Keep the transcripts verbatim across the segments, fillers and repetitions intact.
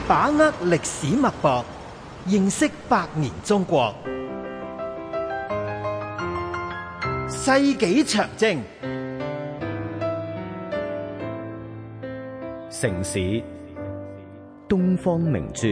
把握歷史脈搏，認識百年中國。世紀長征， 城市東方明珠。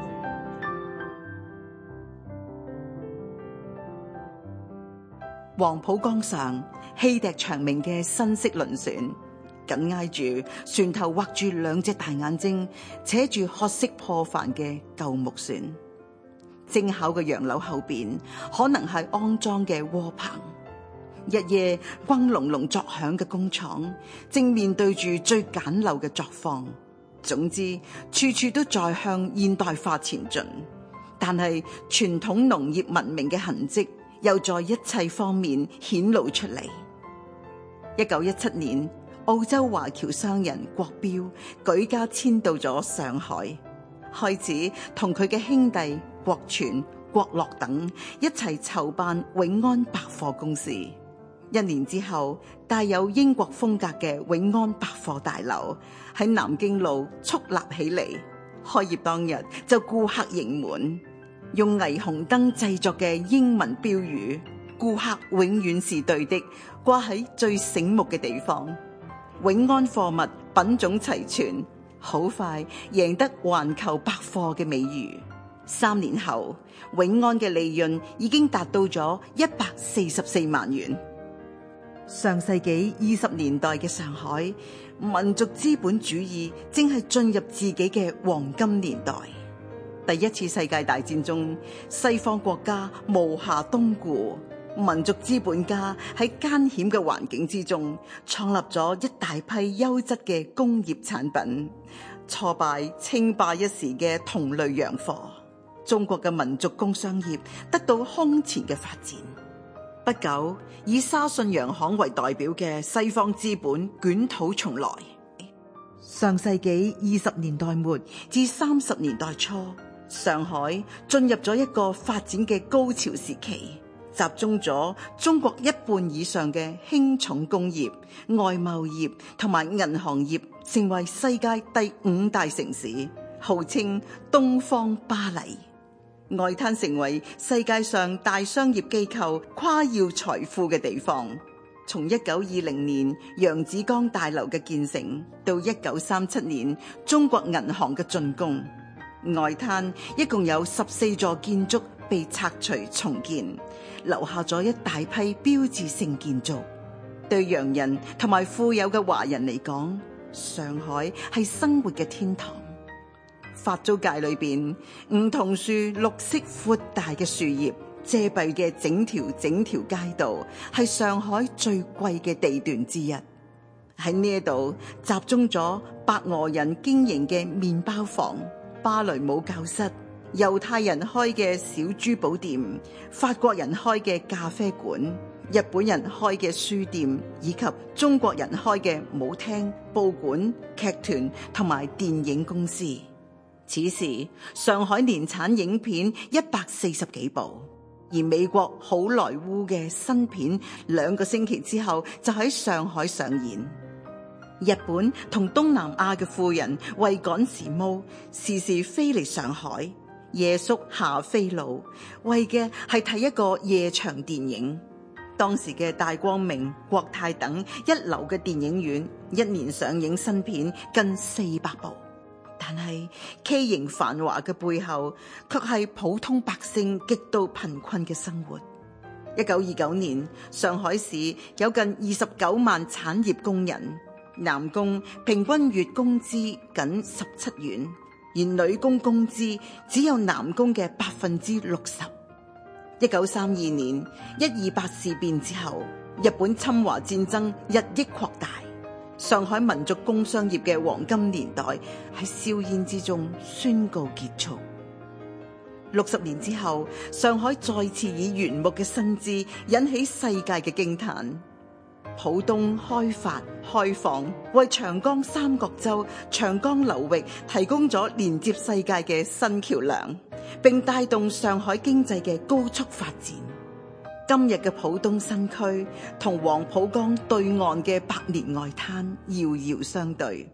黃浦江上，汽笛長鳴嘅新式輪船，緊挨住船頭畫住兩隻大眼睛，扯住褐色破帆嘅舊木船。精巧嘅洋樓後邊，可能係骯髒嘅鍋棚。日夜轟隆隆作響嘅工廠，正面對住最簡陋嘅作坊。總之，處處都在向現代化前進，但係傳統農業文明嘅痕跡又在一切方面顯露出嚟。一九一七年，澳洲華僑商人郭標舉家遷到咗上海，開始同佢嘅兄弟郭全、郭樂等一齊籌辦永安百貨公司。一年之後，帶有英國風格嘅永安百貨大樓喺南京路矗立起嚟。開業當日就顧客盈滿，用霓虹燈製作嘅英文標語「顧客永遠是對的」掛喺最醒目嘅地方。永安貨物品種齊全，好快贏得環球百貨嘅美譽。三年後，永安嘅利潤已經達到咗一百四十四萬元。上世紀二十年代嘅上海，民族資本主義正係進入自己嘅黃金年代。第一次世界大戰中，西方國家無暇東顧，民族資本家喺艱險嘅環境之中，創立咗一大批優質嘅工業產品，挫敗稱霸一時嘅同類洋貨。中國嘅民族工商業得到空前嘅發展。不久，以沙遜洋行為代表嘅西方資本捲土重來。上世紀二十年代末至三十年代初，上海進入咗一個發展嘅高潮時期，集中咗中國一半以上嘅輕重工業、外貿業同埋銀行業，成為世界第五大城市，號稱東方巴黎。外灘成為世界上大商業機構誇耀財富嘅地方。從一九二零年揚子江大樓嘅建成，到一九三七年中國銀行嘅進攻，外灘一共有十四座建築被拆除重建，留下咗一大批標誌性建築。對洋人同埋富有嘅華人嚟講，上海係生活嘅天堂。法租界裏邊，梧桐樹綠色闊大嘅樹葉遮蔽嘅整條整條街道，係上海最貴嘅地段之一。喺呢度集中咗白俄人經營嘅麵包房、芭蕾舞教室、猶太人開嘅小珠寶店、法國人開嘅咖啡館、日本人開嘅書店，以及中國人開嘅舞廳、報館、劇團同埋電影公司。此時，上海年產影片一百四十幾部，而美國好萊塢嘅新片兩個星期之後就喺上海上演。日本同東南亞嘅富人為趕時髦，時時飛嚟上海，夜宿霞飛路，為嘅係睇一個夜場電影。當時嘅大光明、國泰等一流嘅電影院，一年上映新片近四百部。但係畸形繁華嘅背後，卻係普通百姓極度貧困嘅生活。一九二九年，上海市有近二十九萬產業工人，男工平均月工資僅十七元，而女工工資只有男工嘅百分之六十。一九三二年，一二八事變之後，日本侵華戰爭日益擴大。上海民族工商業嘅黃金年代喺硝煙之中宣告結束。六十年之後，上海再次以原木嘅新姿引起世界嘅驚嘆。浦東開發開放，為長江三角洲、長江流域提供咗連接世界嘅新橋樑，並帶動上海經濟嘅高速發展。今日嘅浦東新區同黃浦江對岸嘅百年外灘遙遙相對，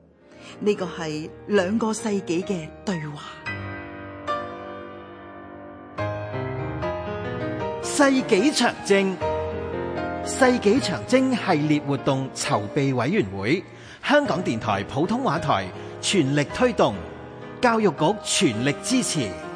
呢個係兩個世紀嘅對話。 世紀長征，世紀長征系列活動籌備委員會，香港電台普通話台全力推動，教育局全力支持。